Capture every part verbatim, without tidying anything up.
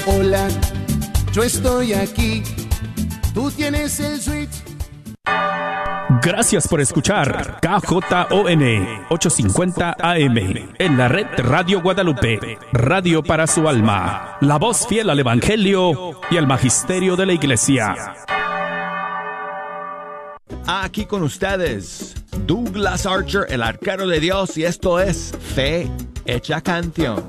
Hola, yo estoy aquí. Tú tienes el switch. Gracias por escuchar K J O N ochocientos cincuenta A M en la red Radio Guadalupe, radio para su alma, la voz fiel al Evangelio y al Magisterio de la Iglesia. Aquí con ustedes, Douglas Archer, el arquero de Dios, y esto es Fe Hecha Canción.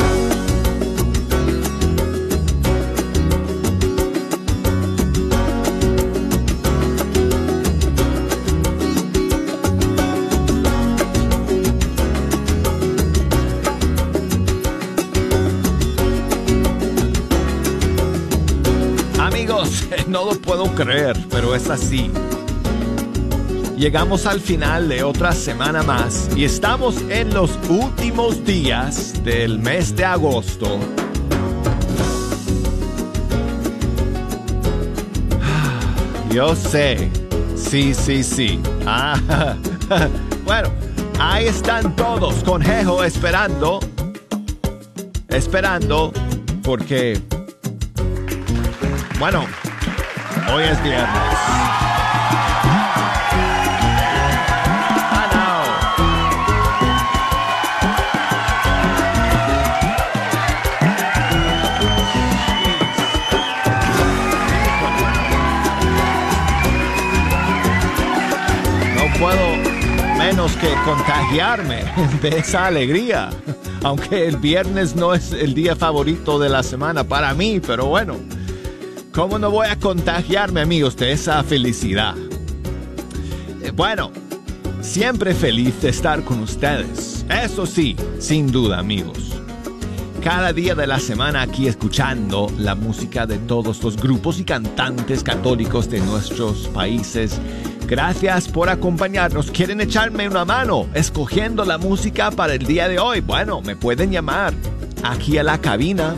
No lo puedo creer, pero es así. Llegamos al final de otra semana más y estamos en los últimos días del mes de agosto. Yo sé, sí, sí, sí. Ah, bueno, ahí están todos con Jejo esperando, esperando, porque, bueno, hoy es viernes. Ah, no. No puedo menos que contagiarme de esa alegría. Aunque el viernes no es el día favorito de la semana para mí, pero bueno. ¿Cómo no voy a contagiarme, amigos, de esa felicidad? Eh, bueno, siempre feliz de estar con ustedes. Eso sí, sin duda, amigos. Cada día de la semana aquí escuchando la música de todos los grupos y cantantes católicos de nuestros países. Gracias por acompañarnos. ¿Quieren echarme una mano escogiendo la música para el día de hoy? Bueno, me pueden llamar aquí a la cabina.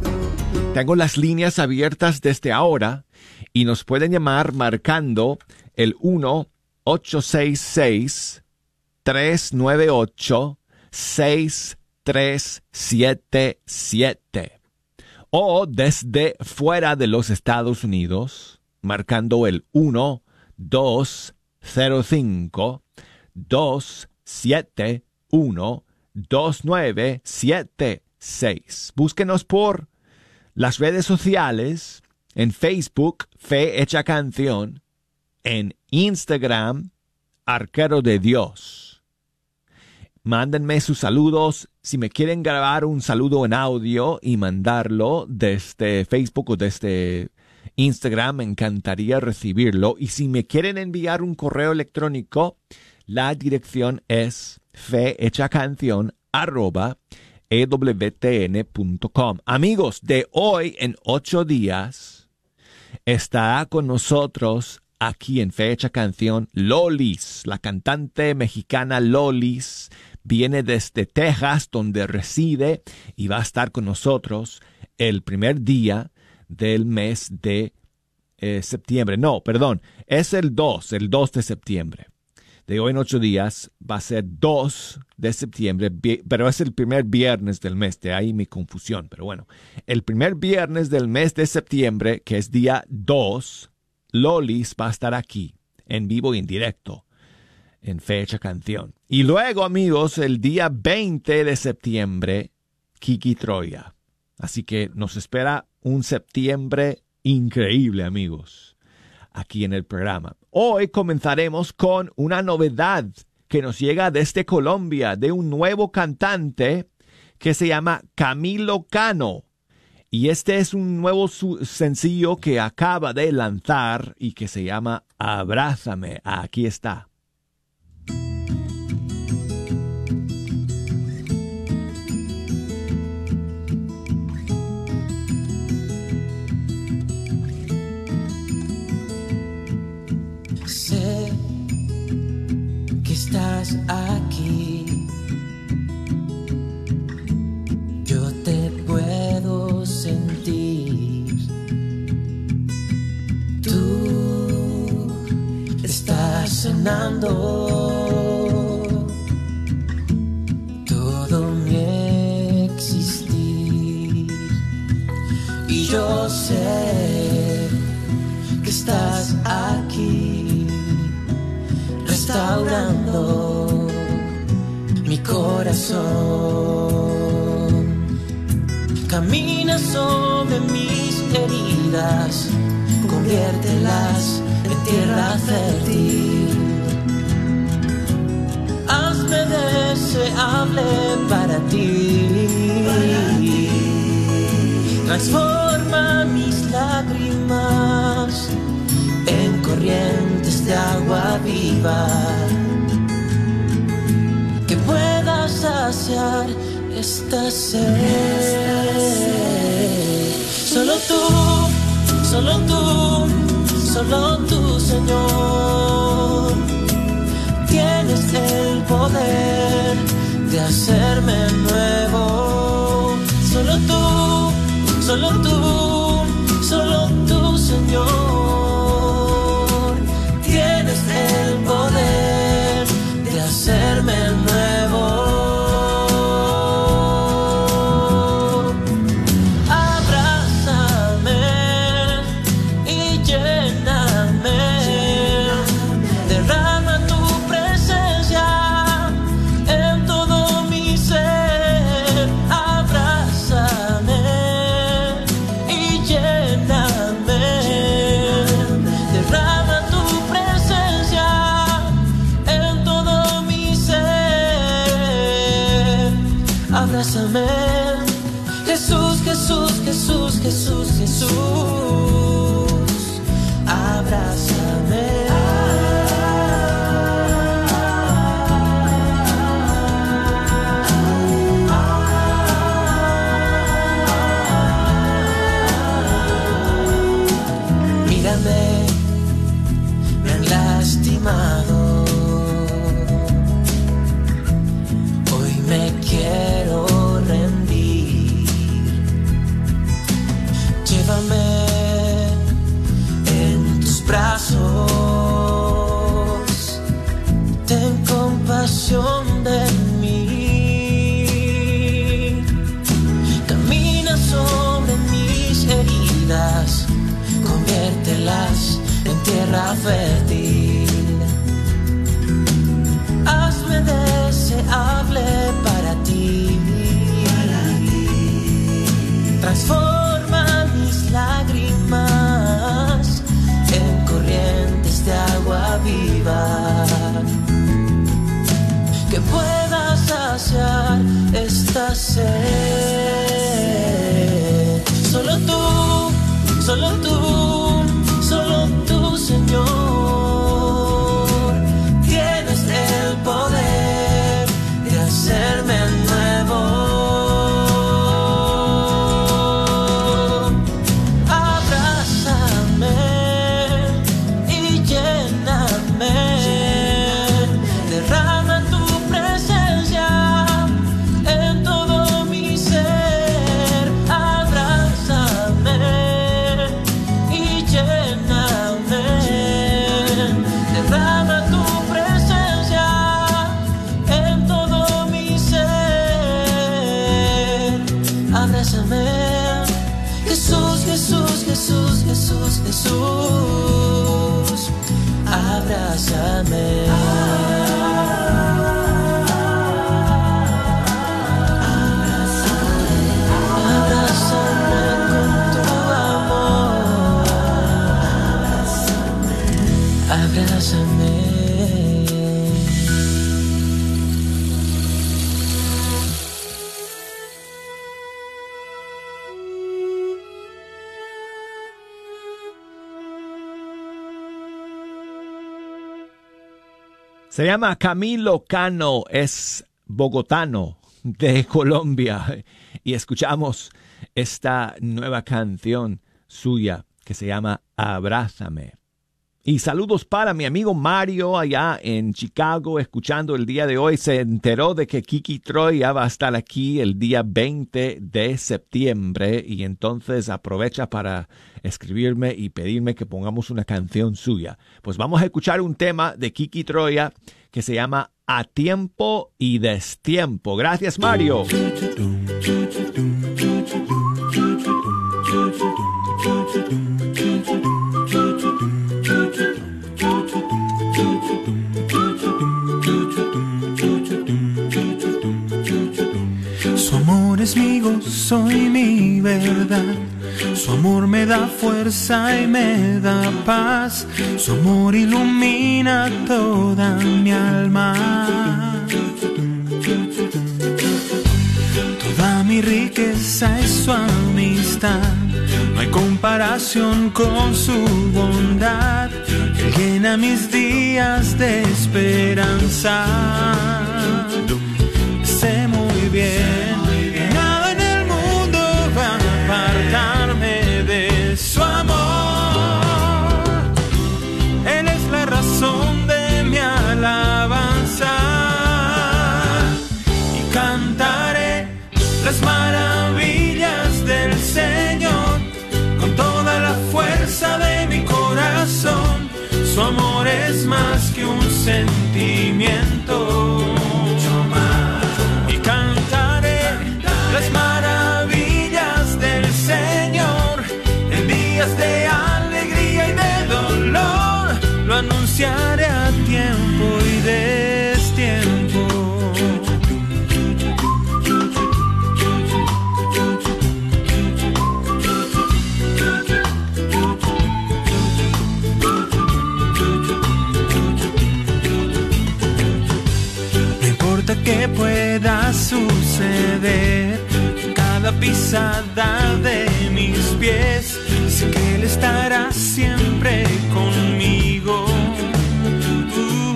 Tengo las líneas abiertas desde ahora y nos pueden llamar marcando el uno ocho seis seis, tres nueve ocho, seis tres siete siete o desde fuera de los Estados Unidos marcando el uno dos cero cinco, dos siete uno, dos nueve siete seis. Búsquenos por las redes sociales, en Facebook, Fe Hecha Canción, en Instagram, Arquero de Dios. Mándenme sus saludos. Si me quieren grabar un saludo en audio y mandarlo desde Facebook o desde Instagram, me encantaría recibirlo. Y si me quieren enviar un correo electrónico, la dirección es fehechacanción arroba e w t n punto com. Amigos, de hoy en ocho días estará con nosotros aquí en Fe Hecha Canción Lolis, la cantante mexicana Lolis. Viene desde Texas, donde reside, y va a estar con nosotros el primer día del mes de eh, septiembre. No, perdón, es el dos, el dos de septiembre. De hoy en ocho días va a ser dos de septiembre, pero es el primer viernes del mes, de ahí mi confusión. Pero bueno, el primer viernes del mes de septiembre, que es día dos, Lolis va a estar aquí, en vivo y en directo, en Fe Hecha Canción. Y luego, amigos, el día veinte de septiembre, Kiki Troya. Así que nos espera un septiembre increíble, amigos, aquí en el programa. Hoy comenzaremos con una novedad que nos llega desde Colombia, de un nuevo cantante que se llama Camilo Cano. Y este es un nuevo sencillo que acaba de lanzar y que se llama Abrázame. Aquí está. Sé que estás aquí. Yo te puedo sentir. Tú estás sanando todo mi existir. Y yo sé que estás aquí, restaurando mi corazón. Camina sobre mis heridas, conviértelas en tierra fértil. Hazme deseable para ti. Transforma mis lágrimas en corrientes de agua viva, que pueda saciar esta sed. Solo tú, solo tú, solo tú, Señor, tienes el poder de hacerme nuevo. Solo tú, solo tú, solo tú, Señor, tienes el poder de hacerme nuevo. Abrázame y lléname, derrama tu presencia en todo mi ser. Abrázame y lléname, derrama tu presencia en todo mi ser. Abrázame, Jesús, Jesús, Jesús, Jesús, Jesús. Abrázame. Mírame, me han lastimado. Hoy me quiero rendir. Llévame en tus brazos. Ten compasión de mí. Camina sobre mis heridas, conviértelas en tierra fértil. Hazme deseable para ti. Transforma mis lágrimas en corrientes de agua viva, que pueda saciar esta sed. Solo tú, solo tú, solo tú, Señor, tienes el poder de hacerme nuevo. Abrázame y lléname, derrama tu presencia en todo mi ser. Abrázame y lléname, derrama tu presencia en todo mi ser. Abrázame, Jesús, Jesús, Jesús, Jesús, Jesús. Abrázame. Abrázame con tu amor. Abrázame. Se llama Camilo Cano, es bogotano de Colombia y escuchamos esta nueva canción suya que se llama Abrázame. Y saludos para mi amigo Mario allá en Chicago, escuchando el día de hoy. Se enteró de que Kiki Troy ya va a estar aquí el día veinte de septiembre y entonces aprovecha para escribirme y pedirme que pongamos una canción suya. Pues vamos a escuchar un tema de Kiki Troya que se llama A Tiempo y Destiempo. Gracias, Mario. Su amor es mi gozo y mi verdad. Su amor me da fuerza y me da paz. Su amor ilumina toda mi alma. Toda mi riqueza es su amistad. No hay comparación con su bondad. Él llena mis días de esperanza. Sé muy bien que nada en el mundo va a apartarme de su amor. Él es la razón de mi alabanza. Y cantaré las maravillas del Señor con toda la fuerza de mi corazón. Su amor es más que un sentimiento. Y cantaré las maravillas del Señor en días de alegría y de dolor. Lo anunciaré a tiempo y destiempo. Que pueda suceder cada pisada de mis pies, sé que Él estará siempre conmigo. Uh,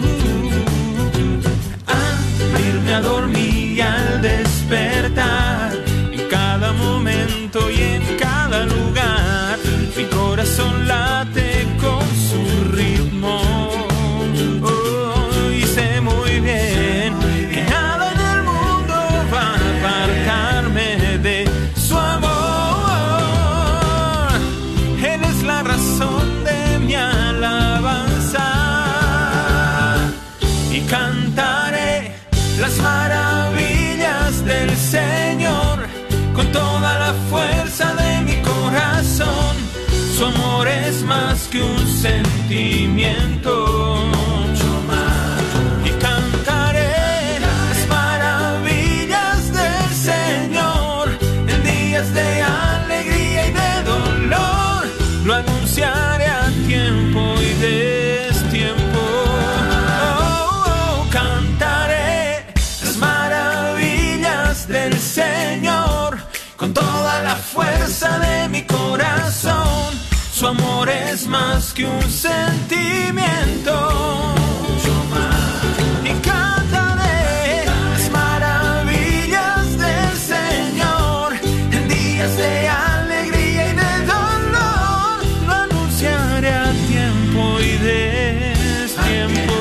al irme a dormir y al despertar, en cada momento y en cada lugar, mi corazón late con su ritmo. Oh, y sé muy bien de su amor. Él es la razón de mi alabanza. Y cantaré las maravillas del Señor con toda la fuerza de mi corazón. Su amor es más que un sentimiento. Y cantaré las maravillas del Señor en días de alegría y de dolor. Lo anunciaré a tiempo y destiempo. Oh, oh, cantaré las maravillas del Señor con toda la fuerza de mi corazón. Su amor es más que un sentimiento. Y cantaré las maravillas del Señor en días de alegría y de dolor. Lo anunciaré a tiempo y destiempo.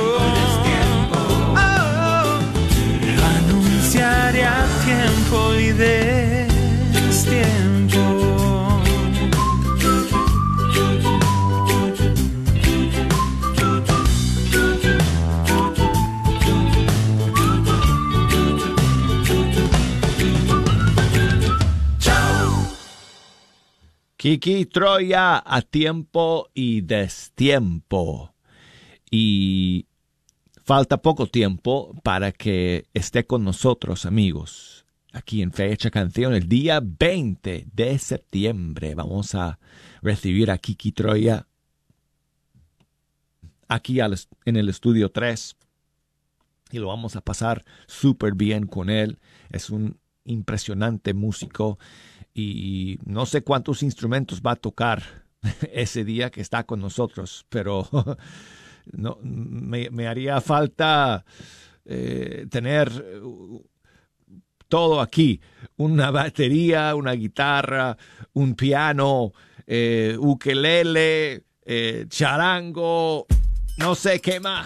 Oh, lo anunciaré a tiempo y destiempo. Kiki Troya, a tiempo y destiempo. Y falta poco tiempo para que esté con nosotros, amigos. Aquí en Fecha Canción, el día veinte de septiembre. Vamos a recibir a Kiki Troya aquí al, en el estudio tres. Y lo vamos a pasar súper bien con él. Es un impresionante músico. Y no sé cuántos instrumentos va a tocar ese día que está con nosotros, pero no, me, me haría falta eh, tener todo aquí. Una batería, una guitarra, un piano, eh, ukelele, eh, charango, no sé qué más.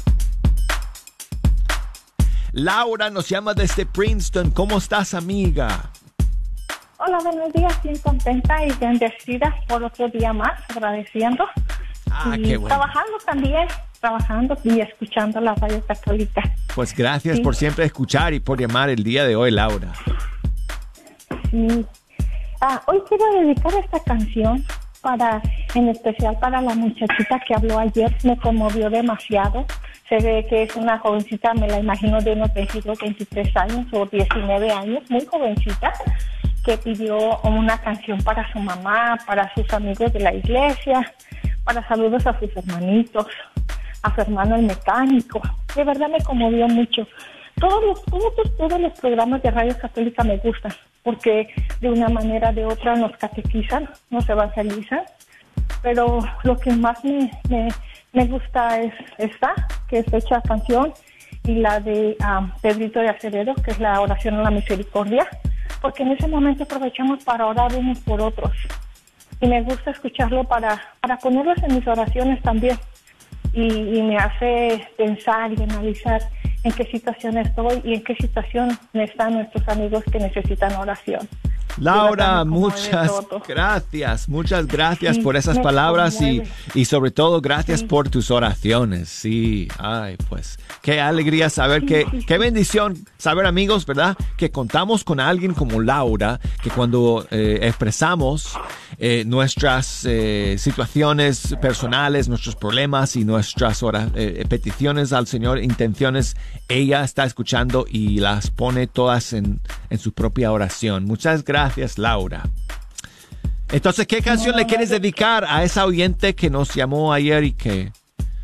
Laura nos llama desde Princeton. ¿Cómo estás, amiga? Hola, buenos días, bien contenta y bendecida por otro día más, agradeciendo. Ah, y qué bueno. Trabajando también, trabajando y escuchando la radio católica. Pues gracias Sí. por siempre escuchar y por llamar el día de hoy, Laura. Sí. Ah, hoy quiero dedicar esta canción para, en especial para la muchachita que habló ayer. Me conmovió demasiado. Se ve que es una jovencita, me la imagino de unos veintidós, veintitrés años o diecinueve años, muy jovencita, que pidió una canción para su mamá, para sus amigos de la iglesia, para saludos a sus hermanitos, a su hermano el mecánico. De verdad me conmovió mucho. Todos los, todos, todos los programas de Radio Católica me gustan, porque de una manera o de otra nos catequizan, nos evangelizan, pero lo que más me, me, me gusta es esta, que es Fecha Canción, y la de um, Pedrito de Acevedo, que es la oración a la misericordia, porque en ese momento aprovechamos para orar unos por otros, y me gusta escucharlo para, para ponerlos en mis oraciones también, y, y me hace pensar y analizar en qué situación estoy y en qué situación están nuestros amigos que necesitan oración. Laura, muchas gracias, muchas gracias sí, por esas palabras y, y sobre todo gracias sí. por tus oraciones. Sí, ay, pues qué alegría saber, sí, que, sí, qué bendición saber, amigos, ¿verdad? Que contamos con alguien como Laura, que cuando eh, expresamos eh, nuestras eh, situaciones personales, nuestros problemas y nuestras ora, eh, peticiones al Señor, intenciones, ella está escuchando y las pone todas en, en su propia oración. Muchas gracias. Gracias, Laura. Entonces, ¿qué canción le quieres dedicar a esa oyente que nos llamó ayer y que...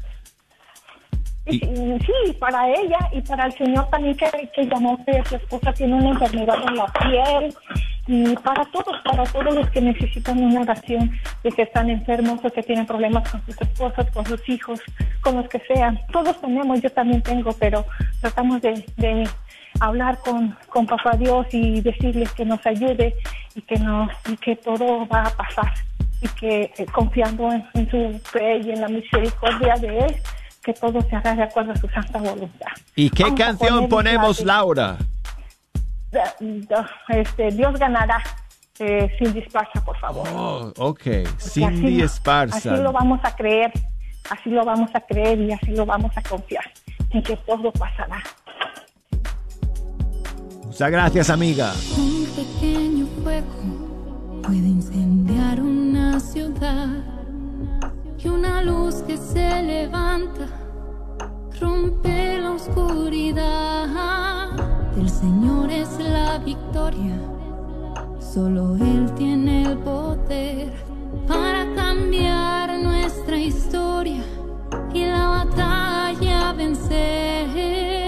Y... Sí, para ella y para el señor también que, que llamó, que su esposa tiene una enfermedad en la piel, y para todos, para todos los que necesitan una oración, de que están enfermos o que tienen problemas con sus esposas, con sus hijos, con los que sean. Todos tenemos, yo también tengo, pero tratamos de... de hablar con, con Papá Dios y decirles que nos ayude y que no, y que todo va a pasar y que eh, confiando en, en su fe y en la misericordia de Él, que todo se haga de acuerdo a su santa voluntad. ¿Y qué Vamos canción ponemos, Laura? Este, Dios ganará, eh, Cindy Esparza, por favor. Oh, ok, Cindy Esparza. Así lo vamos a creer, así lo vamos a creer y así lo vamos a confiar en que todo pasará. Muchas gracias, amiga. Un pequeño fuego puede incendiar una ciudad, y una luz que se levanta rompe la oscuridad. El Señor es la victoria, solo Él tiene el poder para cambiar nuestra historia y la batalla vencer.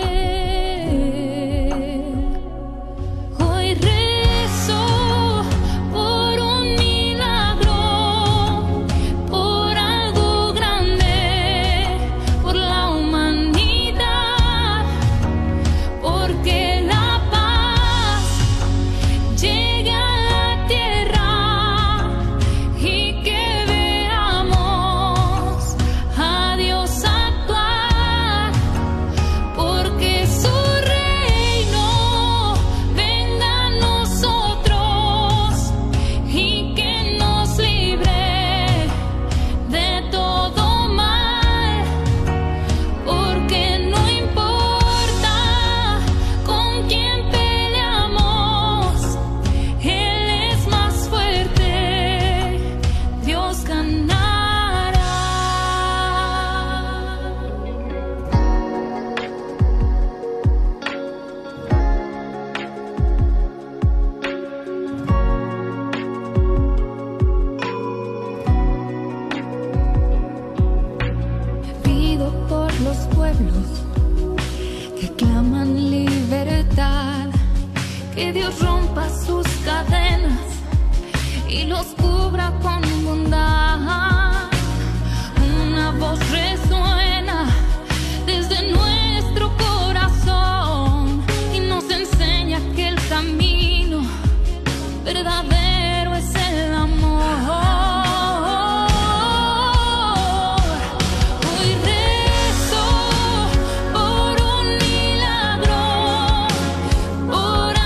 Que Dios rompa sus cadenas y los cubra con bondad. Una voz resuena desde nuestro corazón y nos enseña que el camino verdadero es el amor.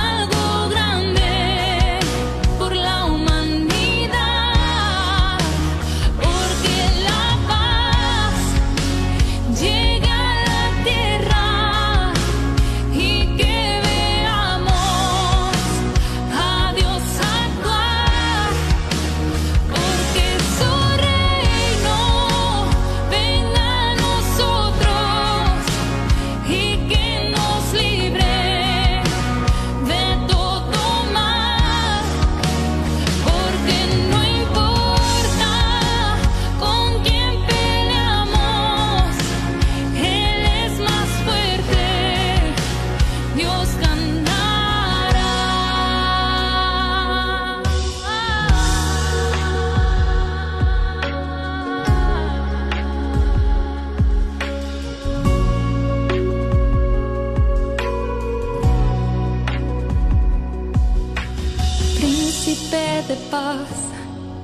Por la humanidad.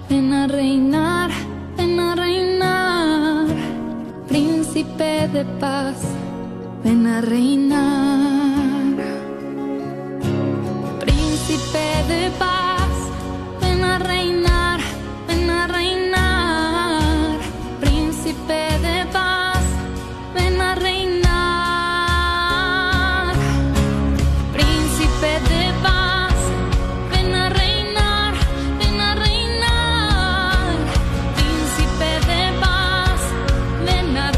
ven a reinar, ven a reinar, príncipe de paz, ven a reinar, príncipe de paz, ven a reinar, ven a reinar, príncipe de paz, ven a reinar, príncipe de paz, ven a reinar, ven a reinar, príncipe de paz, ven a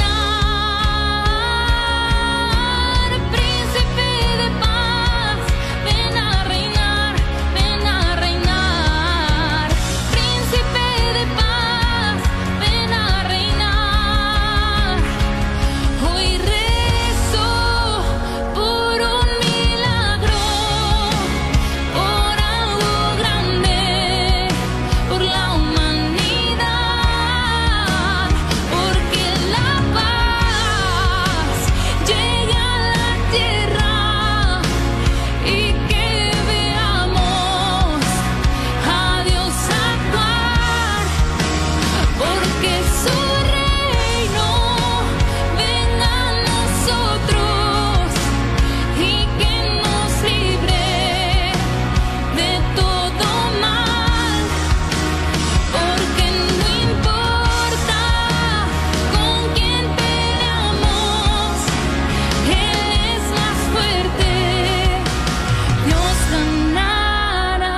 reinar, príncipe de paz, ven a reinar, ven a reinar, príncipe de paz, ven a reinar. Hoy rezo por un milagro, por algo grande, por la humanidad, porque la paz llegue a la tierra y que veamos a Dios actuar, porque su reino venga a nosotros y que nos libre de todo mal, porque no importa con quién peleamos, Él es más fuerte, Dios ganará.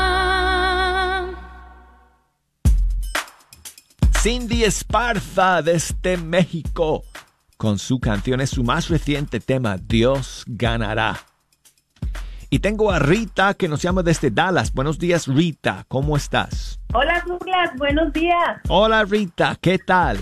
Cindy Esparza desde México, con su canción, es su más reciente tema, Dios ganará. Y tengo a Rita, que nos llama desde Dallas. Buenos días, Rita, ¿cómo estás? Hola Douglas, buenos días. Hola, Rita, ¿qué tal?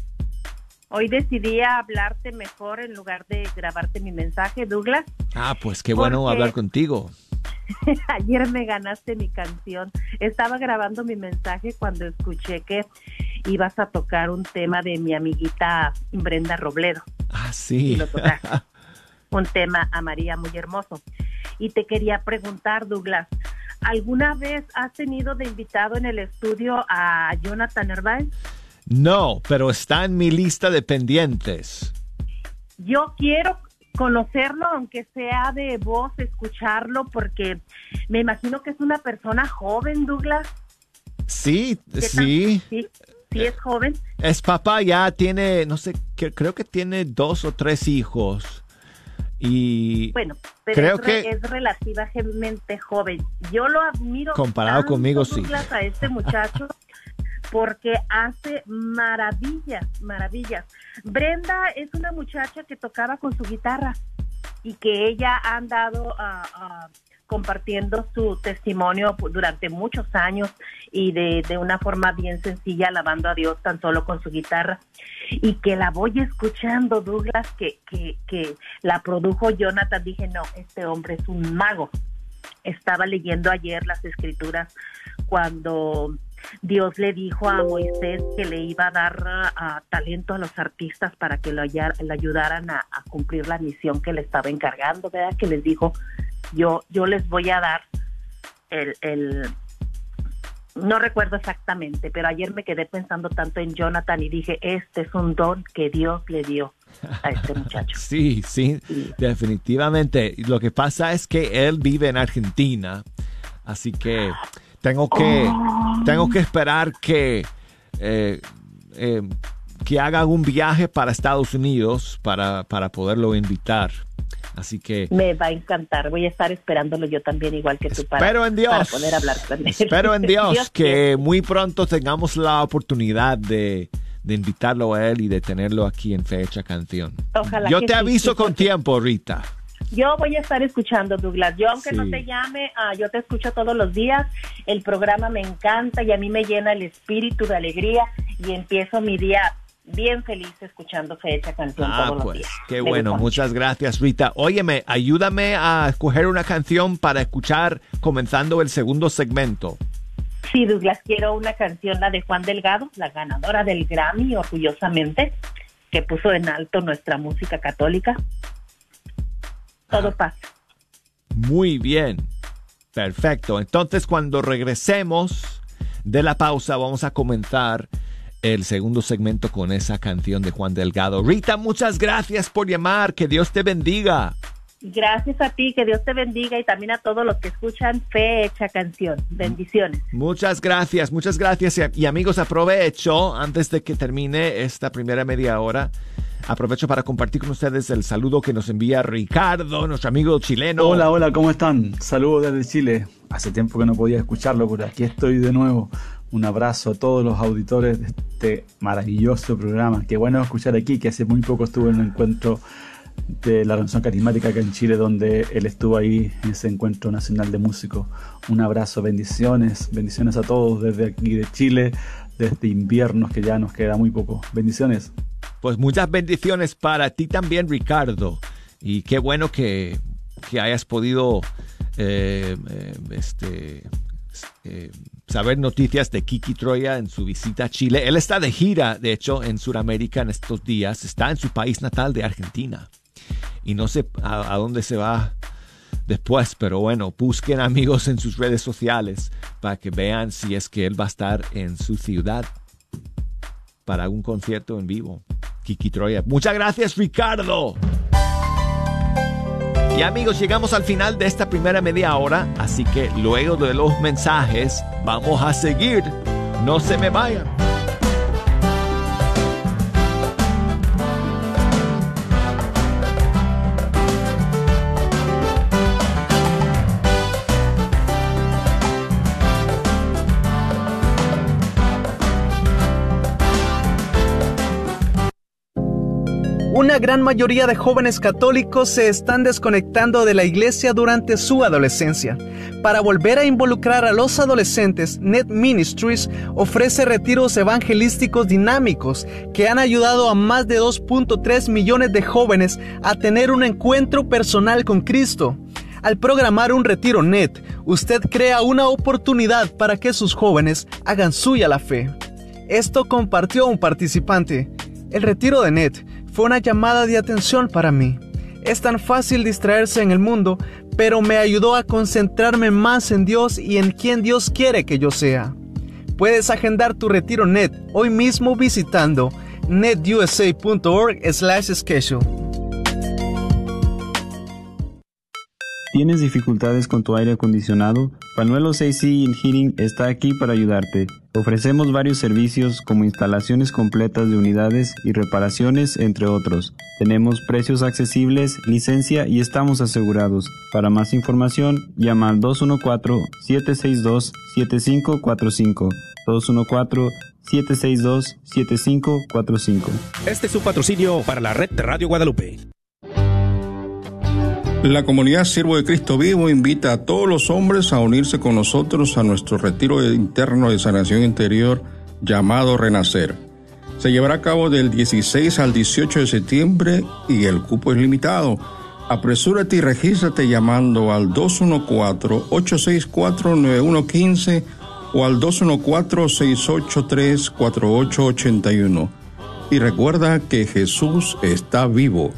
Hoy decidí hablarte mejor en lugar de grabarte mi mensaje, Douglas. Ah, pues qué bueno Porque- hablar contigo. Ayer me ganaste mi canción. Estaba grabando mi mensaje cuando escuché que ibas a tocar un tema de mi amiguita Brenda Robledo. Ah, Y sí. lo tocaste. Un tema a María muy hermoso. Y te quería preguntar, Douglas, ¿alguna vez has tenido de invitado en el estudio a Jonathan Narváez? No, pero está en mi lista de pendientes. Yo quiero conocerlo, aunque sea de voz, escucharlo, porque me imagino que es una persona joven, Douglas. Sí, ¿Qué tal? sí. Sí, sí es joven. Es papá, ya tiene, no sé, que- creo que tiene dos o tres hijos. Y Bueno, pero creo es, re- que es relativamente joven. Yo lo admiro comparado tanto, conmigo, sí. Douglas, a este muchacho, porque hace maravillas, maravillas. Brenda es una muchacha que tocaba con su guitarra y que ella ha andado ah, ah, compartiendo su testimonio durante muchos años y de, de una forma bien sencilla, alabando a Dios tan solo con su guitarra. Y que la voy escuchando, Douglas, que, que, que la produjo Jonathan. Dije, no, este hombre es un mago. Estaba leyendo ayer las escrituras cuando Dios le dijo a Moisés que le iba a dar uh, talento a los artistas para que lo hallar, le ayudaran a, a cumplir la misión que le estaba encargando, ¿verdad? Que les dijo, yo, yo les voy a dar el, el, no recuerdo exactamente, pero ayer me quedé pensando tanto en Jonathan y dije, este es un don que Dios le dio a este muchacho. sí, sí, Sí. definitivamente. Lo que pasa es que él vive en Argentina, así que tengo que, tengo que esperar que, eh, eh, que haga un viaje para Estados Unidos para, para poderlo invitar. Así que Me va a encantar, voy a estar esperándolo yo también, igual que tú, para, espero en Dios, para poder hablar con él. espero en Dios, Dios que quiere. muy pronto tengamos la oportunidad de, de invitarlo a él y de tenerlo aquí en Fecha Canción. Ojalá Yo que te sí, aviso sí, con porque- tiempo, Rita. Yo voy a estar escuchando, Douglas. Yo, aunque Sí. no te llame, ah, yo te escucho todos los días. El programa me encanta y a mí me llena el espíritu de alegría y empiezo mi día bien feliz escuchando Fecha Canción Ah, todos los pues, días. qué Me bueno. gusta Muchas gracias, Rita. Óyeme, ayúdame a escoger una canción para escuchar comenzando el segundo segmento. mucho. Sí, Douglas, quiero una canción, la de Juan Delgado, la ganadora del Grammy, orgullosamente, que puso en alto nuestra música católica. Todo pasa. Muy bien. Perfecto. Entonces, cuando regresemos de la pausa vamos a comenzar el segundo segmento con esa canción de Juan Delgado. Rita, muchas gracias por llamar. Que Dios te bendiga. Gracias a ti, que Dios te bendiga y también a todos los que escuchan Fe Hecha Canción. Bendiciones. Muchas gracias, muchas gracias. Y, y amigos, aprovecho, antes de que termine esta primera media hora, aprovecho para compartir con ustedes el saludo que nos envía Ricardo, nuestro amigo chileno. Hola, hola, ¿cómo están? Saludos desde Chile. Hace tiempo que no podía escucharlo, pero aquí estoy de nuevo. Un abrazo a todos los auditores de este maravilloso programa. Qué bueno escuchar aquí, que hace muy poco estuve en un encuentro de la Revolución Carismática acá en Chile, donde él estuvo ahí en ese encuentro nacional de músicos. Un abrazo, bendiciones, bendiciones a todos desde aquí de Chile, desde inviernos que ya nos queda muy poco. Bendiciones. Pues muchas bendiciones para ti también, Ricardo. Y qué bueno que, que hayas podido eh, eh, este, eh, saber noticias de Kiki Troya en su visita a Chile. Él está de gira, de hecho, en Sudamérica en estos días. Está en su país natal de Argentina. Y no sé a, a dónde se va después, pero bueno, busquen amigos en sus redes sociales para que vean si es que él va a estar en su ciudad para un concierto en vivo. Kiki Troya. Muchas gracias, Ricardo. Y amigos, llegamos al final de esta primera media hora, así que luego de los mensajes vamos a seguir. No se me vayan. Una gran mayoría de jóvenes católicos se están desconectando de la iglesia durante su adolescencia. Para volver a involucrar a los adolescentes, Net Ministries ofrece retiros evangelísticos dinámicos que han ayudado a más de dos punto tres millones de jóvenes a tener un encuentro personal con Cristo. Al programar un retiro Net, usted crea una oportunidad para que sus jóvenes hagan suya la fe. Esto compartió un participante. El retiro de Net fue una llamada de atención para mí. Es tan fácil distraerse en el mundo, pero me ayudó a concentrarme más en Dios y en quien Dios quiere que yo sea. Puedes agendar tu retiro Net hoy mismo visitando netusa.org slash schedule. ¿Tienes dificultades con tu aire acondicionado? Panuelos A C and Heating está aquí para ayudarte. Ofrecemos varios servicios como instalaciones completas de unidades y reparaciones, entre otros. Tenemos precios accesibles, licencia y estamos asegurados. Para más información, llama al dos uno cuatro, siete seis dos, siete cinco cuatro cinco. dos uno cuatro, siete seis dos, siete cinco cuatro cinco. Este es un patrocinio para la red de Radio Guadalupe. La comunidad Siervo de Cristo Vivo invita a todos los hombres a unirse con nosotros a nuestro retiro interno de sanación interior llamado Renacer. Se llevará a cabo del dieciséis al dieciocho de septiembre y el cupo es limitado. Apresúrate y regístrate llamando al dos uno cuatro, ocho seis cuatro, nueve uno uno cinco o al dos uno cuatro, seis ocho tres, cuatro ocho ocho uno. Y recuerda que Jesús está vivo.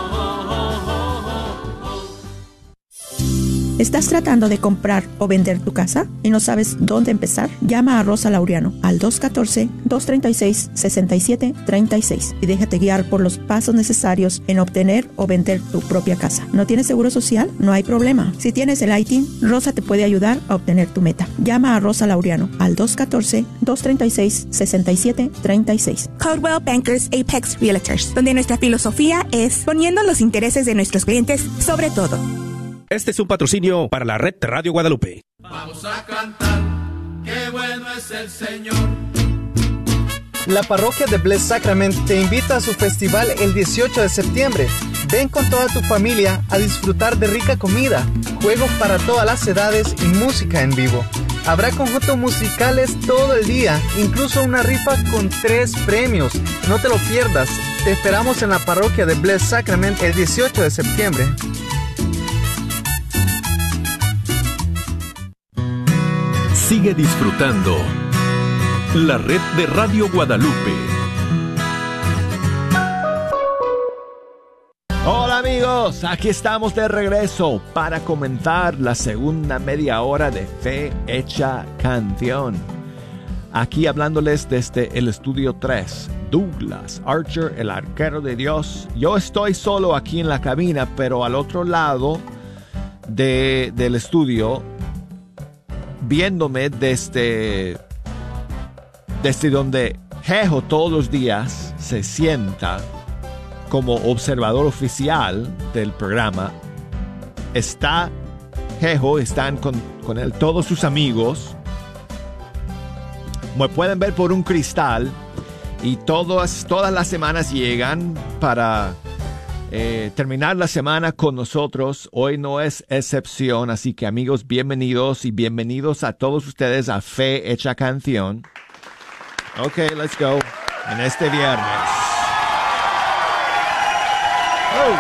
¿Estás tratando de comprar o vender tu casa y no sabes dónde empezar? Llama a Rosa Laureano al dos uno cuatro, dos tres seis, seis siete tres seis y déjate guiar por los pasos necesarios en obtener o vender tu propia casa. ¿No tienes seguro social? No hay problema. Si tienes el I T I N, Rosa te puede ayudar a obtener tu meta. Llama a Rosa Laureano al dos uno cuatro, dos tres seis, seis siete tres seis. Coldwell Bankers Apex Realtors, donde nuestra filosofía es poniendo los intereses de nuestros clientes sobre todo. Este es un patrocinio para la red de Radio Guadalupe. Vamos a cantar, qué bueno es el Señor. La parroquia de Blessed Sacrament te invita a su festival el dieciocho de septiembre. Ven con toda tu familia a disfrutar de rica comida, juegos para todas las edades y música en vivo. Habrá conjuntos musicales todo el día, incluso una rifa con tres premios. No te lo pierdas. Te esperamos en la parroquia de Blessed Sacrament el dieciocho de septiembre. Sigue disfrutando la red de Radio Guadalupe. Hola amigos, aquí estamos de regreso para comenzar la segunda media hora de Fe Hecha Canción. aquí hablándoles desde el estudio tres. Douglas Archer, el arquero de Dios. Yo estoy solo aquí en la cabina, pero al otro lado de, del estudio, viéndome desde, desde donde Jejo todos los días se sienta como observador oficial del programa, está Jejo, están con, con él todos sus amigos. Me pueden ver por un cristal y todas, todas las semanas llegan para eh, terminar la semana con nosotros. Hoy no es excepción, así que amigos, bienvenidos y bienvenidos a todos ustedes a Fe Hecha Canción. Ok, let's go. En este viernes. Oh.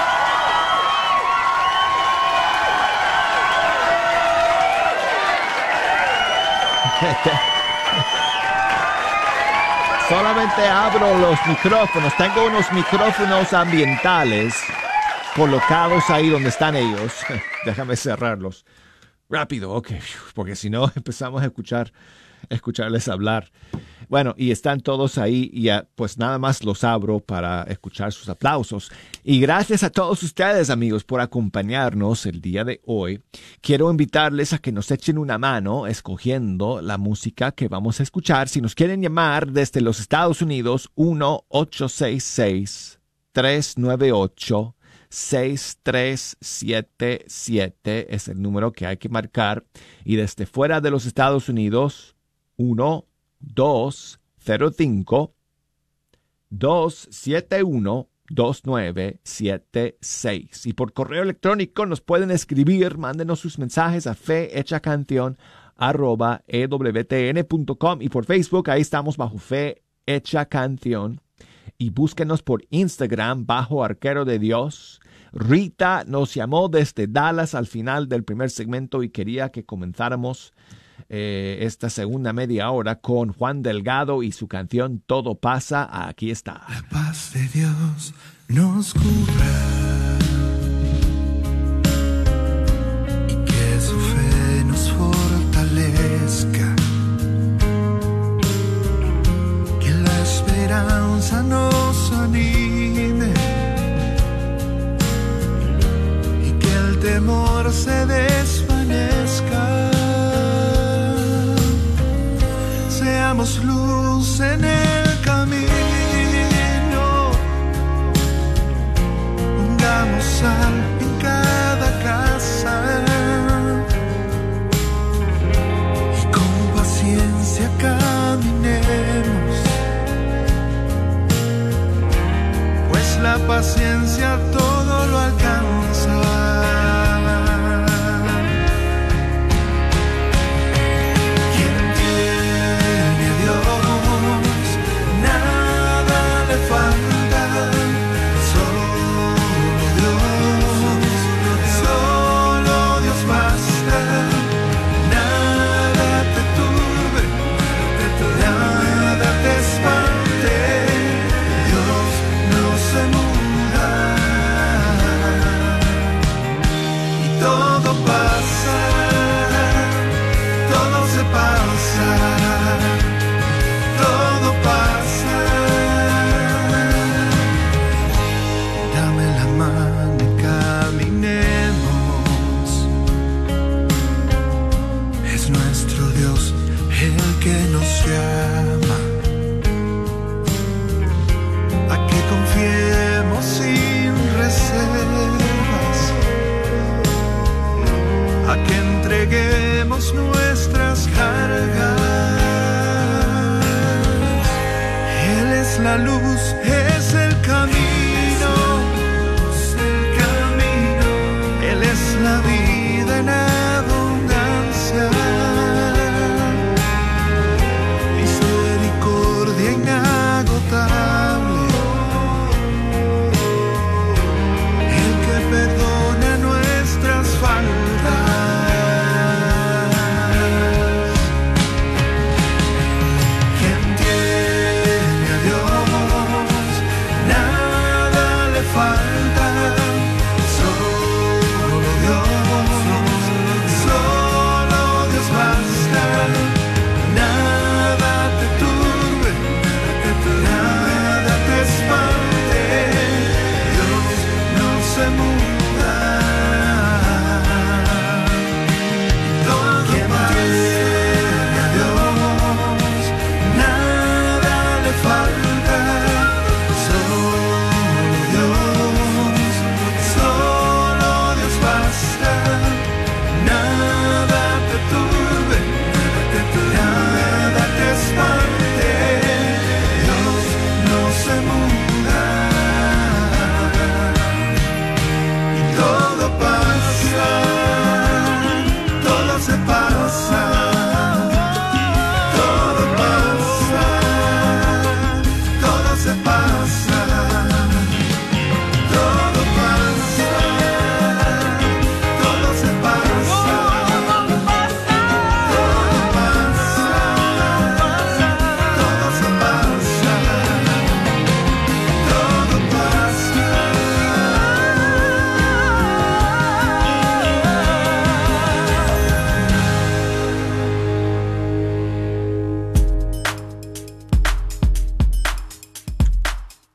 Solamente abro los micrófonos. Tengo unos micrófonos ambientales colocados ahí donde están ellos. Déjame cerrarlos. Rápido, ok. Porque si no empezamos a escuchar, escucharles hablar. Bueno, y están todos ahí y ya, pues nada más los abro para escuchar sus aplausos. Y gracias a todos ustedes, amigos, por acompañarnos el día de hoy. Quiero invitarles a que nos echen una mano escogiendo la música que vamos a escuchar. Si nos quieren llamar desde los Estados Unidos, uno ocho seis seis, tres nueve ocho, seis tres siete siete es el número que hay que marcar. Y desde fuera de los Estados Unidos, uno dos cero cinco, dos siete uno, dos nueve siete seis. Y por correo electrónico nos pueden escribir, mándenos sus mensajes a fehechacanción arroba e w t n punto com, y por Facebook ahí estamos bajo Fe Hecha Canción, y búsquenos por Instagram bajo Arquero de Dios. Rita nos llamó desde Dallas al final del primer segmento y quería que comenzáramos Eh, esta segunda media hora con Juan Delgado y su canción Todo Pasa. Aquí está. La paz de Dios nos cubra y que su fe nos fortalezca, que la esperanza nos anime y que el temor se desvanezca. Seamos luz en el camino, pongamos sal en cada casa y con paciencia caminemos, pues la paciencia todo lo alcanza. Nuestras cargas, Él es la luz, es el camino, el camino, Él es la vida en abundancia, misericordia inagotable, el que perdona nuestras faltas. Nada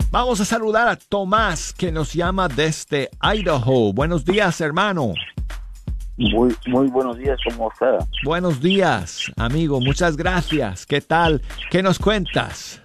Vamos a saludar a Tomás, que nos llama desde Idaho. Buenos días, hermano. Muy, muy buenos días, ¿cómo está? Buenos días, amigo. Muchas gracias. ¿Qué tal? ¿Qué nos cuentas?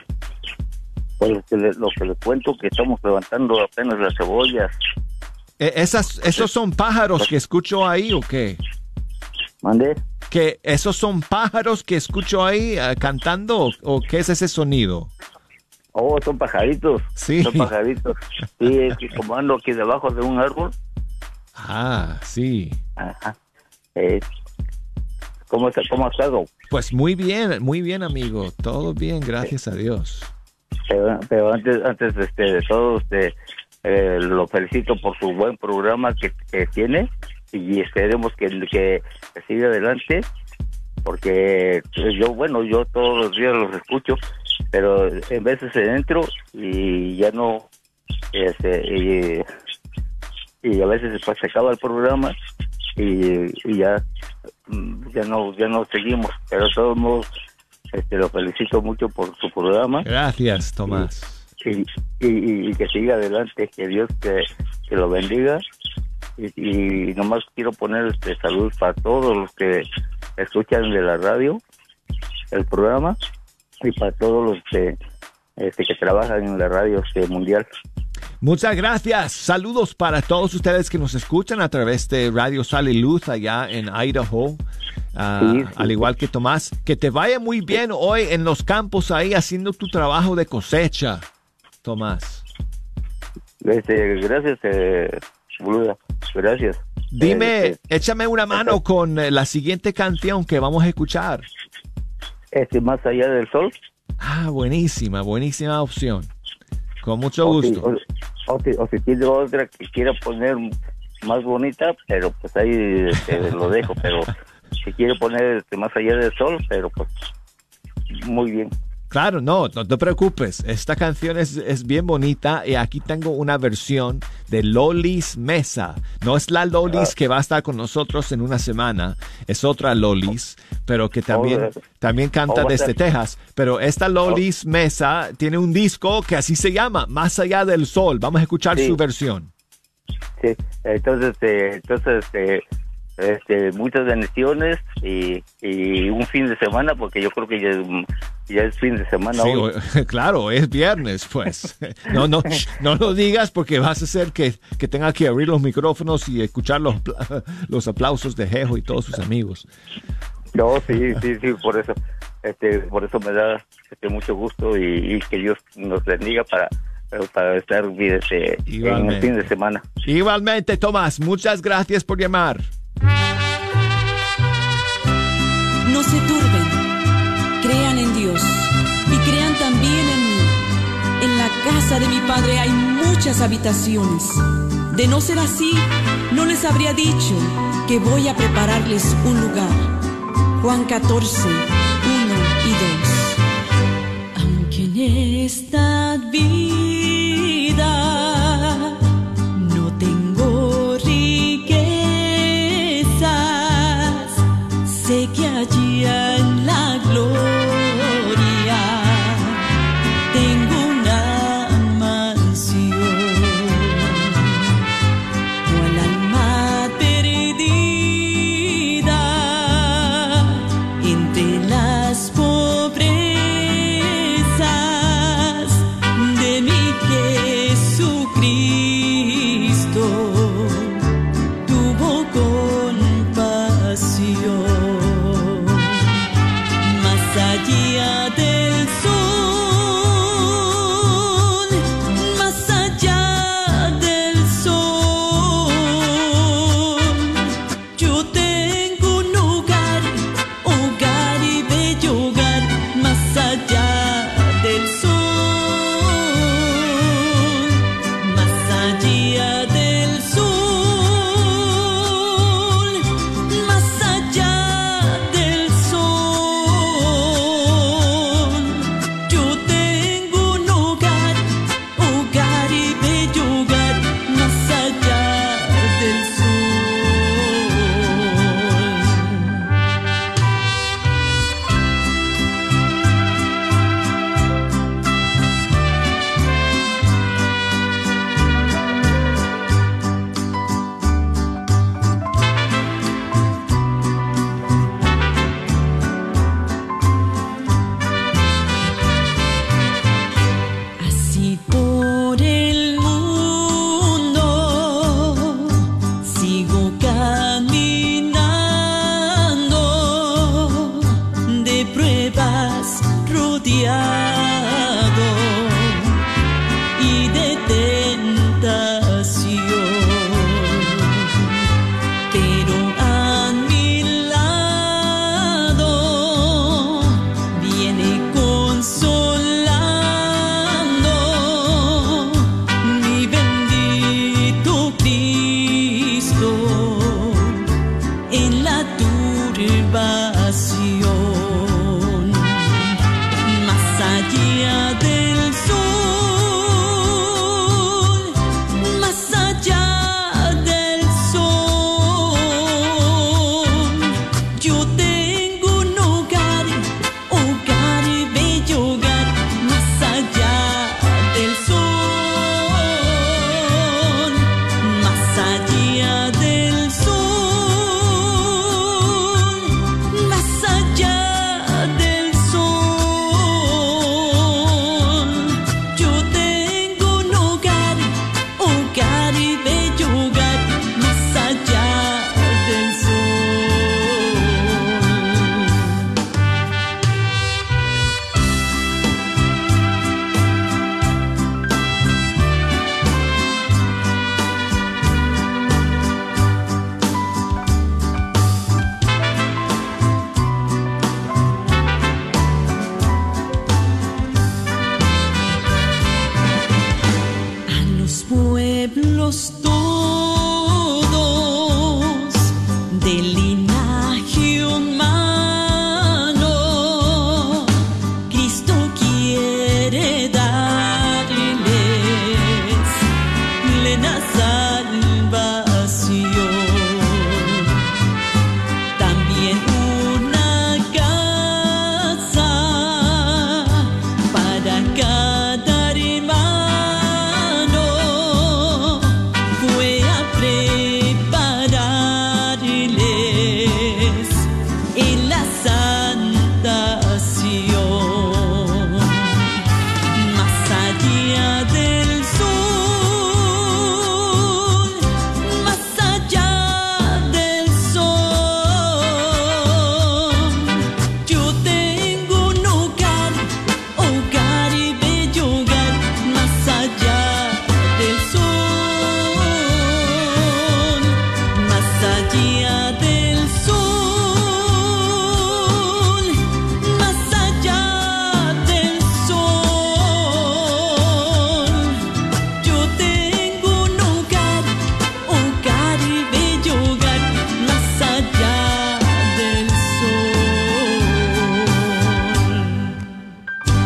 Pues lo que le, lo que le cuento que estamos levantando apenas las cebollas. Eh, esas, ¿Esos son pájaros que escucho ahí o qué? ¿Mande? ¿Que esos son pájaros que escucho ahí uh, cantando o, o qué es ese sonido? Oh, son pajaritos. Sí. Son pajaritos. Sí, es que como ando aquí debajo de un árbol. Ah, sí. Ajá. Eh, ¿Cómo está, cómo ha estado? Pues muy bien, muy bien, amigo. Todo bien, gracias a Dios. Pero, pero antes, antes este, de todo, este, eh, lo felicito por su buen programa que, que tiene y esperemos que, que, que siga adelante, porque yo, bueno, yo todos los días los escucho, pero en veces entro y ya no, este, y, y a veces después se acaba el programa y, y ya, ya no, ya no seguimos, pero de todos modos, este, lo felicito mucho por su programa. Gracias, Tomás. Y, y, y que siga adelante, que Dios que, que lo bendiga. Y, y nomás quiero poner este salud para todos los que escuchan de la radio el programa y para todos los que, este, que trabajan en la radio este, mundial. Muchas gracias. Saludos para todos ustedes que nos escuchan a través de Radio Sal y Luz allá en Idaho. Uh, sí, sí. Al igual que Tomás, que te vaya muy bien hoy en los campos ahí haciendo tu trabajo de cosecha, Tomás. Este, gracias, eh, Bluda. Gracias. Dime, eh, échame una mano este, con la siguiente canción que vamos a escuchar. Este, Más allá del sol. Ah, buenísima, buenísima opción. Con mucho o gusto. Si, o, o, si, o si tiene otra que quiera poner más bonita, pero pues ahí este, lo dejo, pero si quiere poner este, Más allá del sol, pero pues muy bien. Claro, no, no te preocupes. Esta canción es, es bien bonita y aquí tengo una versión de Lolis Mesa. No es la Lolis ah. que va a estar con nosotros en una semana, es otra Lolis, pero que también, oh, también canta oh, desde Texas. Pero esta Lolis oh. Mesa tiene un disco que así se llama, Más allá del sol. Vamos a escuchar sí. su versión. Sí, entonces, eh, entonces eh, este, muchas bendiciones y, y un fin de semana, porque yo creo que ya, ya es fin de semana. Sí, hoy. Claro, es viernes, pues. No, no, no lo digas porque vas a hacer que, que tenga que abrir los micrófonos y escuchar los, los aplausos de Jejo y todos sus amigos. No, sí, sí, sí, por eso, este, por eso me da este, mucho gusto y, y que Dios nos bendiga para, para estar este, en el fin de semana. Igualmente, Tomás, muchas gracias por llamar. No se turben, crean en Dios y crean también en mí. En la casa de mi Padre hay muchas habitaciones. De no ser así, no les habría dicho que voy a prepararles un lugar. Juan catorce, uno y dos. Aunque en esta vida no tengo riquezas, sé que allí en la gloria tengo una mansión. Cual alma perdida entre las pobrezas de mi Jesucristo tuvo compasión. Más allá del sol, más allá del sol, yo tengo un hogar, hogar y bello hogar, más allá del sol, más allá del sol, más allá del sol, has rodeado y de tentación, pero a mi lado viene consolando mi bendito Cristo en la turbación, más allá del sol, más allá del sol, yo tengo un hogar, hogar, bello hogar, más allá del sol, más allá del sol, más allá del sol, yo tengo un hogar, hogar y bello hogar, más allá del sol. A los pueblos todos del linaje humano, Cristo quiere darles plena salvación, también una casa para cada hermano, fue a prepararles en la santa Sión, más allá del sol, más allá del sol, yo tengo un hogar, hogar y bello hogar, más allá del sol, más allá del sol, más allá del sol, yo tengo un hogar, hogar y bello hogar, más allá del sol.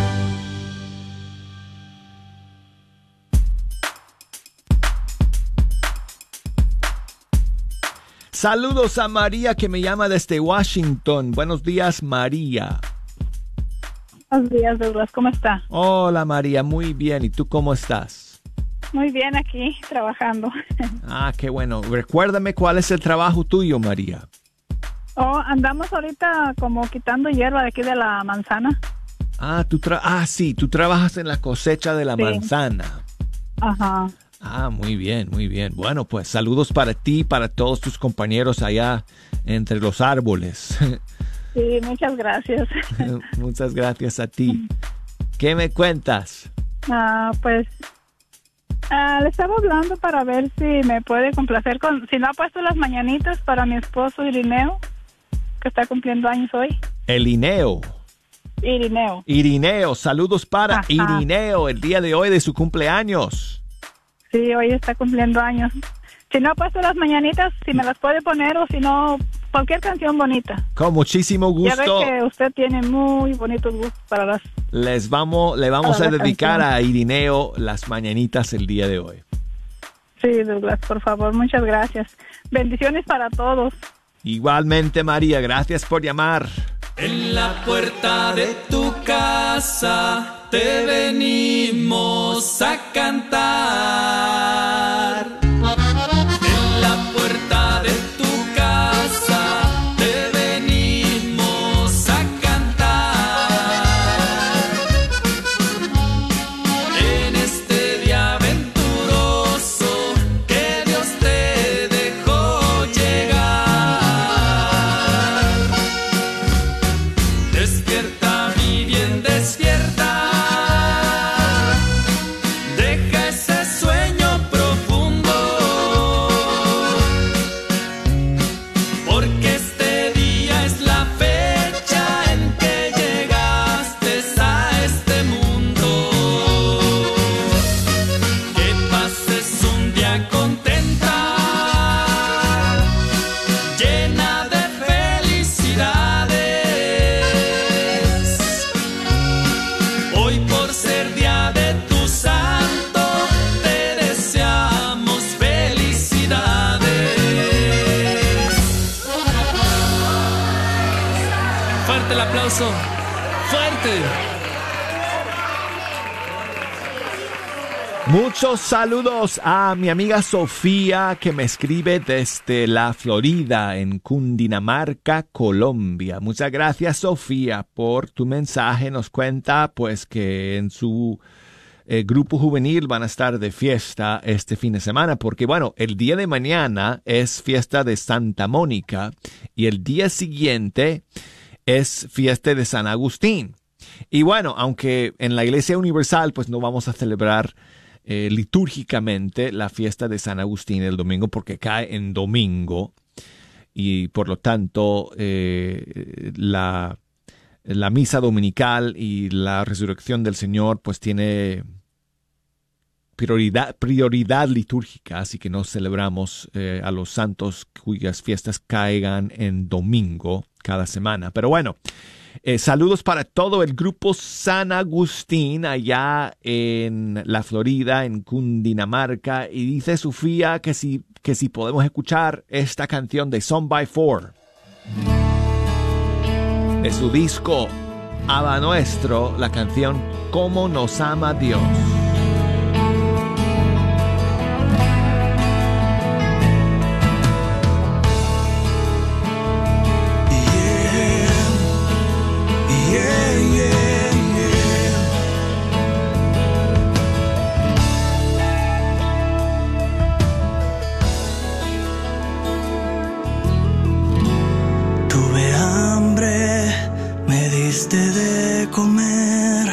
Saludos a María que me llama desde Washington. Buenos días, María. Buenos días, Douglas. ¿Cómo está? Hola, María. Muy bien. ¿Y tú cómo estás? Muy bien, aquí trabajando. Ah, qué bueno. Recuérdame cuál es el trabajo tuyo, María. Oh, andamos ahorita como quitando hierba de aquí de la manzana. Ah, tú tra ah, sí, tú trabajas en la cosecha de la Sí. manzana. Ajá. Ah, muy bien, muy bien. Bueno, pues saludos para ti y para todos tus compañeros allá entre los árboles. Sí, muchas gracias. Muchas gracias a ti. ¿Qué me cuentas? Ah, pues ah, le estaba hablando para ver si me puede complacer con, si no ha puesto las mañanitas para mi esposo Irineo, que está cumpliendo años hoy. Elineo. Irineo. Irineo, saludos para Ajá. Irineo el día de hoy de su cumpleaños. Sí, hoy está cumpliendo años. Si no ha puesto las mañanitas, si me las puede poner o si no, cualquier canción bonita. Con muchísimo Ya ve gusto. que usted tiene muy bonitos gustos para las... Les vamos, le vamos Para a la dedicar canción. a Irineo las mañanitas el día de hoy. Sí, Douglas, por favor, muchas gracias. Bendiciones para todos. Igualmente, María, gracias por llamar. En la puerta de tu casa te venimos a cantar. En la puerta de tu casa te venimos a cantar. En este día venturoso que Dios te dejó llegar. Despierta mi fuerte. Muchos saludos a mi amiga Sofía, que me escribe desde la Florida, en Cundinamarca, Colombia. Muchas gracias, Sofía, por tu mensaje. Nos cuenta pues que en su eh, grupo juvenil van a estar de fiesta este fin de semana, porque bueno, el día de mañana es fiesta de Santa Mónica y el día siguiente es fiesta de San Agustín. Y bueno, aunque en la Iglesia Universal pues no vamos a celebrar Eh, litúrgicamente la fiesta de San Agustín el domingo, porque cae en domingo, y por lo tanto eh, la, la misa dominical y la resurrección del Señor pues tiene prioridad, prioridad litúrgica, así que no celebramos eh, a los santos cuyas fiestas caigan en domingo cada semana. Pero bueno, Eh, saludos para todo el grupo San Agustín allá en la Florida, en Cundinamarca. Y dice Sofía que si, que si podemos escuchar esta canción de Son by Four, de su disco Abba Nuestro, la canción Cómo nos ama Dios. De comer,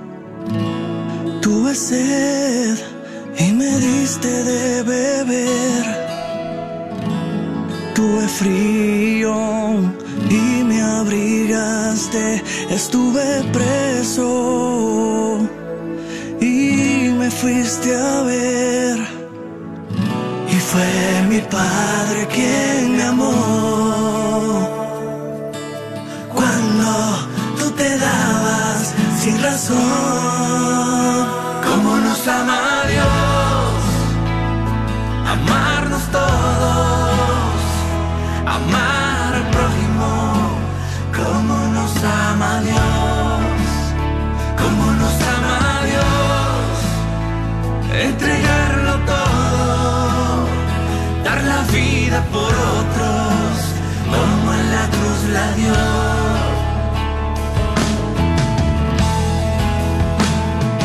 tuve sed y me diste de beber, tuve frío y me abrigaste, estuve preso y me fuiste a ver, y fue mi Padre quien me amó cuando te dabas sin razón. Cómo nos ama Dios, amarnos todos, amar al prójimo. Cómo nos ama Dios, cómo nos ama Dios, entregarlo todo, dar la vida por otros, como en la cruz la dio.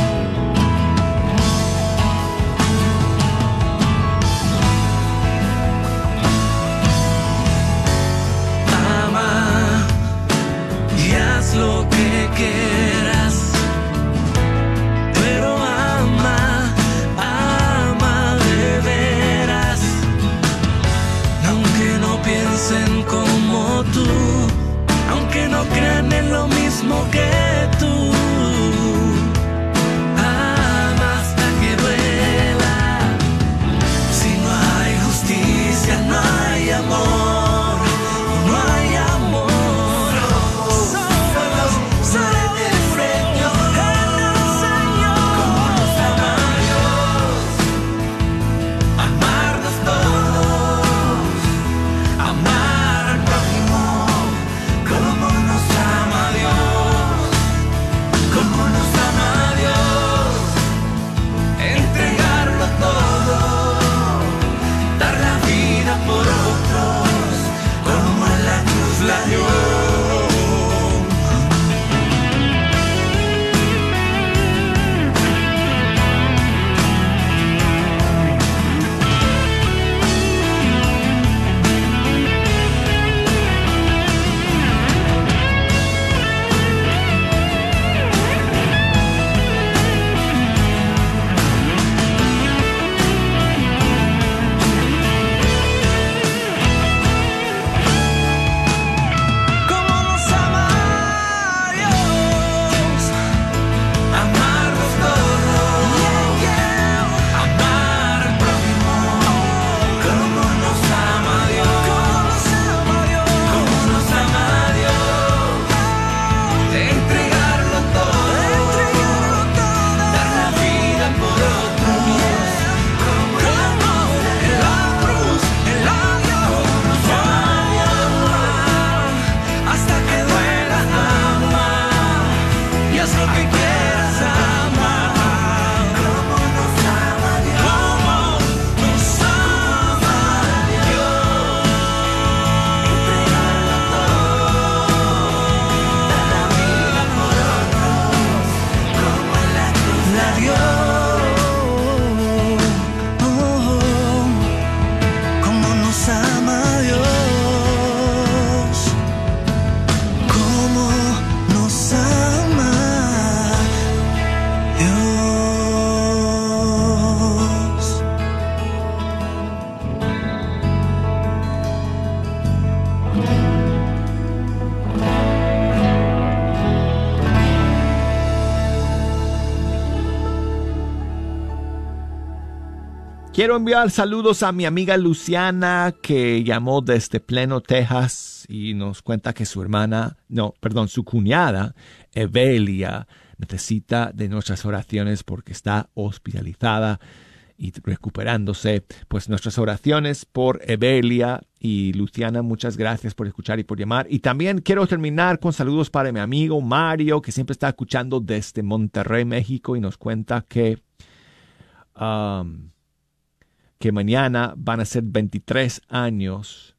Quiero enviar saludos a mi amiga Luciana, que llamó desde Plano, Texas, y nos cuenta que su hermana, no, perdón, su cuñada, Evelia, necesita de nuestras oraciones porque está hospitalizada y recuperándose. Pues nuestras oraciones por Evelia y Luciana. Muchas gracias por escuchar y por llamar. Y también quiero terminar con saludos para mi amigo Mario, que siempre está escuchando desde Monterrey, México, y nos cuenta que, um, que mañana van a ser veintitrés años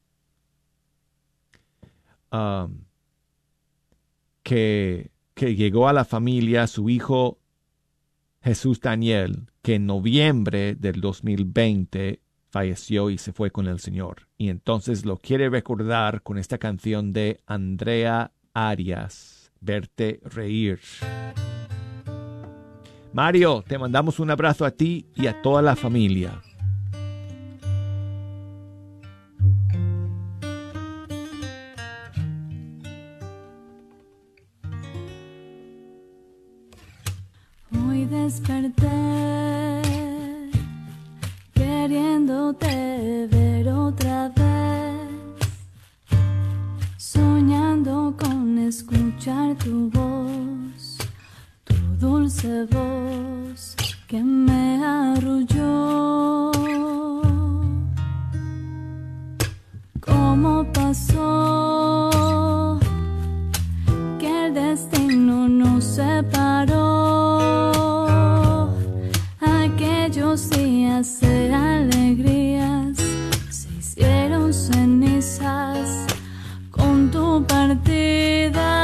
um, que, que llegó a la familia su hijo Jesús Daniel, que en noviembre del dos mil veinte falleció y se fue con el Señor. Y entonces lo quiere recordar con esta canción de Andrea Arias, Verte Reír. Mario, te mandamos un abrazo a ti y a toda la familia. Hoy desperté queriéndote ver otra vez, soñando con escuchar tu voz, tu dulce voz que me arrulló. ¿Cómo pasó que el destino nos separó? Aquellos días de alegrías se hicieron cenizas con tu partida.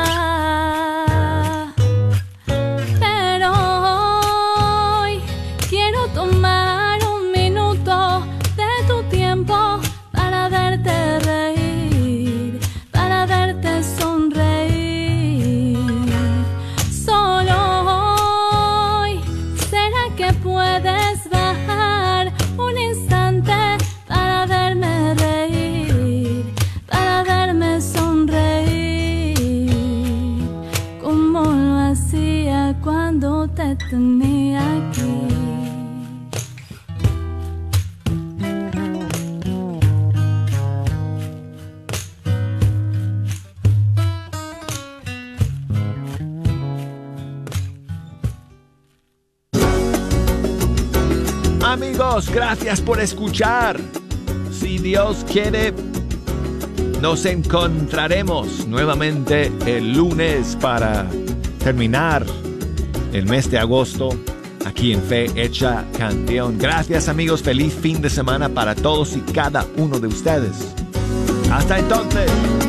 Pero hoy quiero tomar un minuto de tu tiempo para verte reír, para verte sonreír. Solo hoy, ¿será que puedes bajar un instante para verme reír, para verme sonreír, como lo hacía cuando te tenía aquí? Amigos, gracias por escuchar. Si Dios quiere, nos encontraremos nuevamente el lunes para terminar el mes de agosto aquí en Fe Hecha Canción. Gracias, amigos. Feliz fin de semana para todos y cada uno de ustedes. Hasta entonces.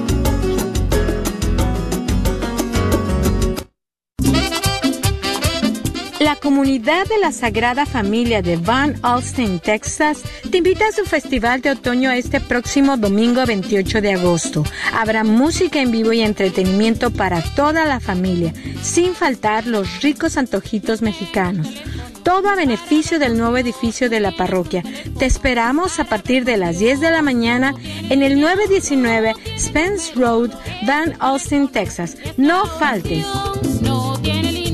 La comunidad de la Sagrada Familia de Van Alstyne, Texas, te invita a su festival de otoño este próximo domingo veintiocho de agosto. Habrá música en vivo y entretenimiento para toda la familia, sin faltar los ricos antojitos mexicanos. Todo a beneficio del nuevo edificio de la parroquia. Te esperamos a partir de las diez de la mañana en el nueve diecinueve Spence Road, Van Alstyne, Texas. No faltes. No tiene línea.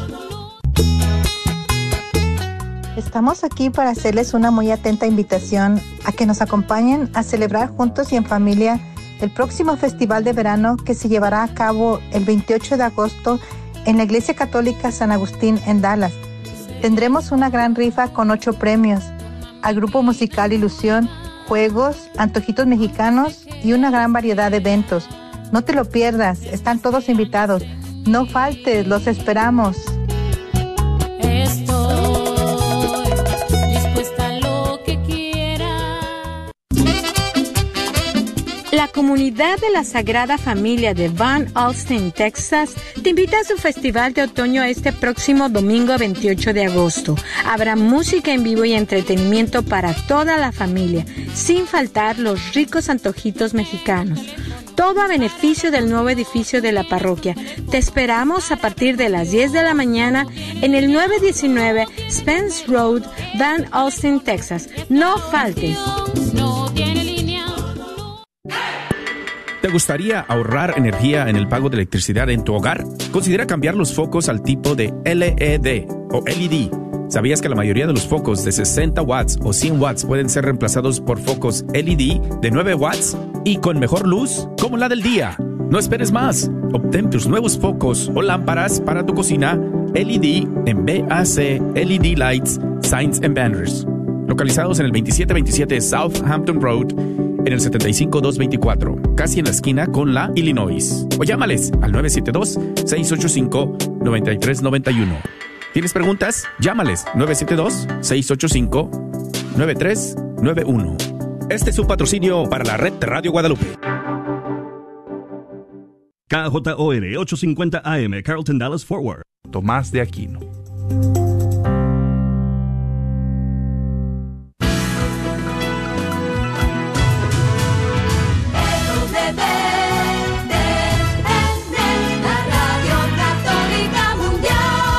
Estamos aquí para hacerles una muy atenta invitación a que nos acompañen a celebrar juntos y en familia el próximo festival de verano que se llevará a cabo el veintiocho de agosto en la Iglesia Católica San Agustín en Dallas. Tendremos una gran rifa con ocho premios, al grupo musical Ilusión, juegos, antojitos mexicanos y una gran variedad de eventos. No te lo pierdas, están todos invitados. No faltes, los esperamos. La comunidad de la Sagrada Familia de Van Alstyne, Texas, te invita a su festival de otoño este próximo domingo veintiocho de agosto. Habrá música en vivo y entretenimiento para toda la familia, sin faltar los ricos antojitos mexicanos. Todo a beneficio del nuevo edificio de la parroquia. Te esperamos a partir de las diez de la mañana en el nueve diecinueve Spence Road, Van Alstyne, Texas. No faltes. No tiene línea. ¿Te gustaría ahorrar energía en el pago de electricidad en tu hogar? Considera cambiar los focos al tipo de L E D o L E D. ¿Sabías que la mayoría de los focos de sesenta watts o cien watts pueden ser reemplazados por focos L E D de nueve watts y con mejor luz, como la del día? No esperes más. Obtén tus nuevos focos o lámparas para tu cocina L E D en B A C L E D Lights, Signs and Banners, localizados en el veintisiete veintisiete Southampton Road, en el setenta y cinco dos veinticuatro, casi en la esquina con la Illinois. O llámales al nueve siete dos, seis ocho cinco, nueve tres nueve uno. ¿Tienes preguntas? Llámales nueve siete dos, seis ocho cinco, nueve tres nueve uno. Este es un patrocinio para la red de Radio Guadalupe. K J O R ochocientos cincuenta A M, Carlton Dallas Forward. Tomás de Aquino.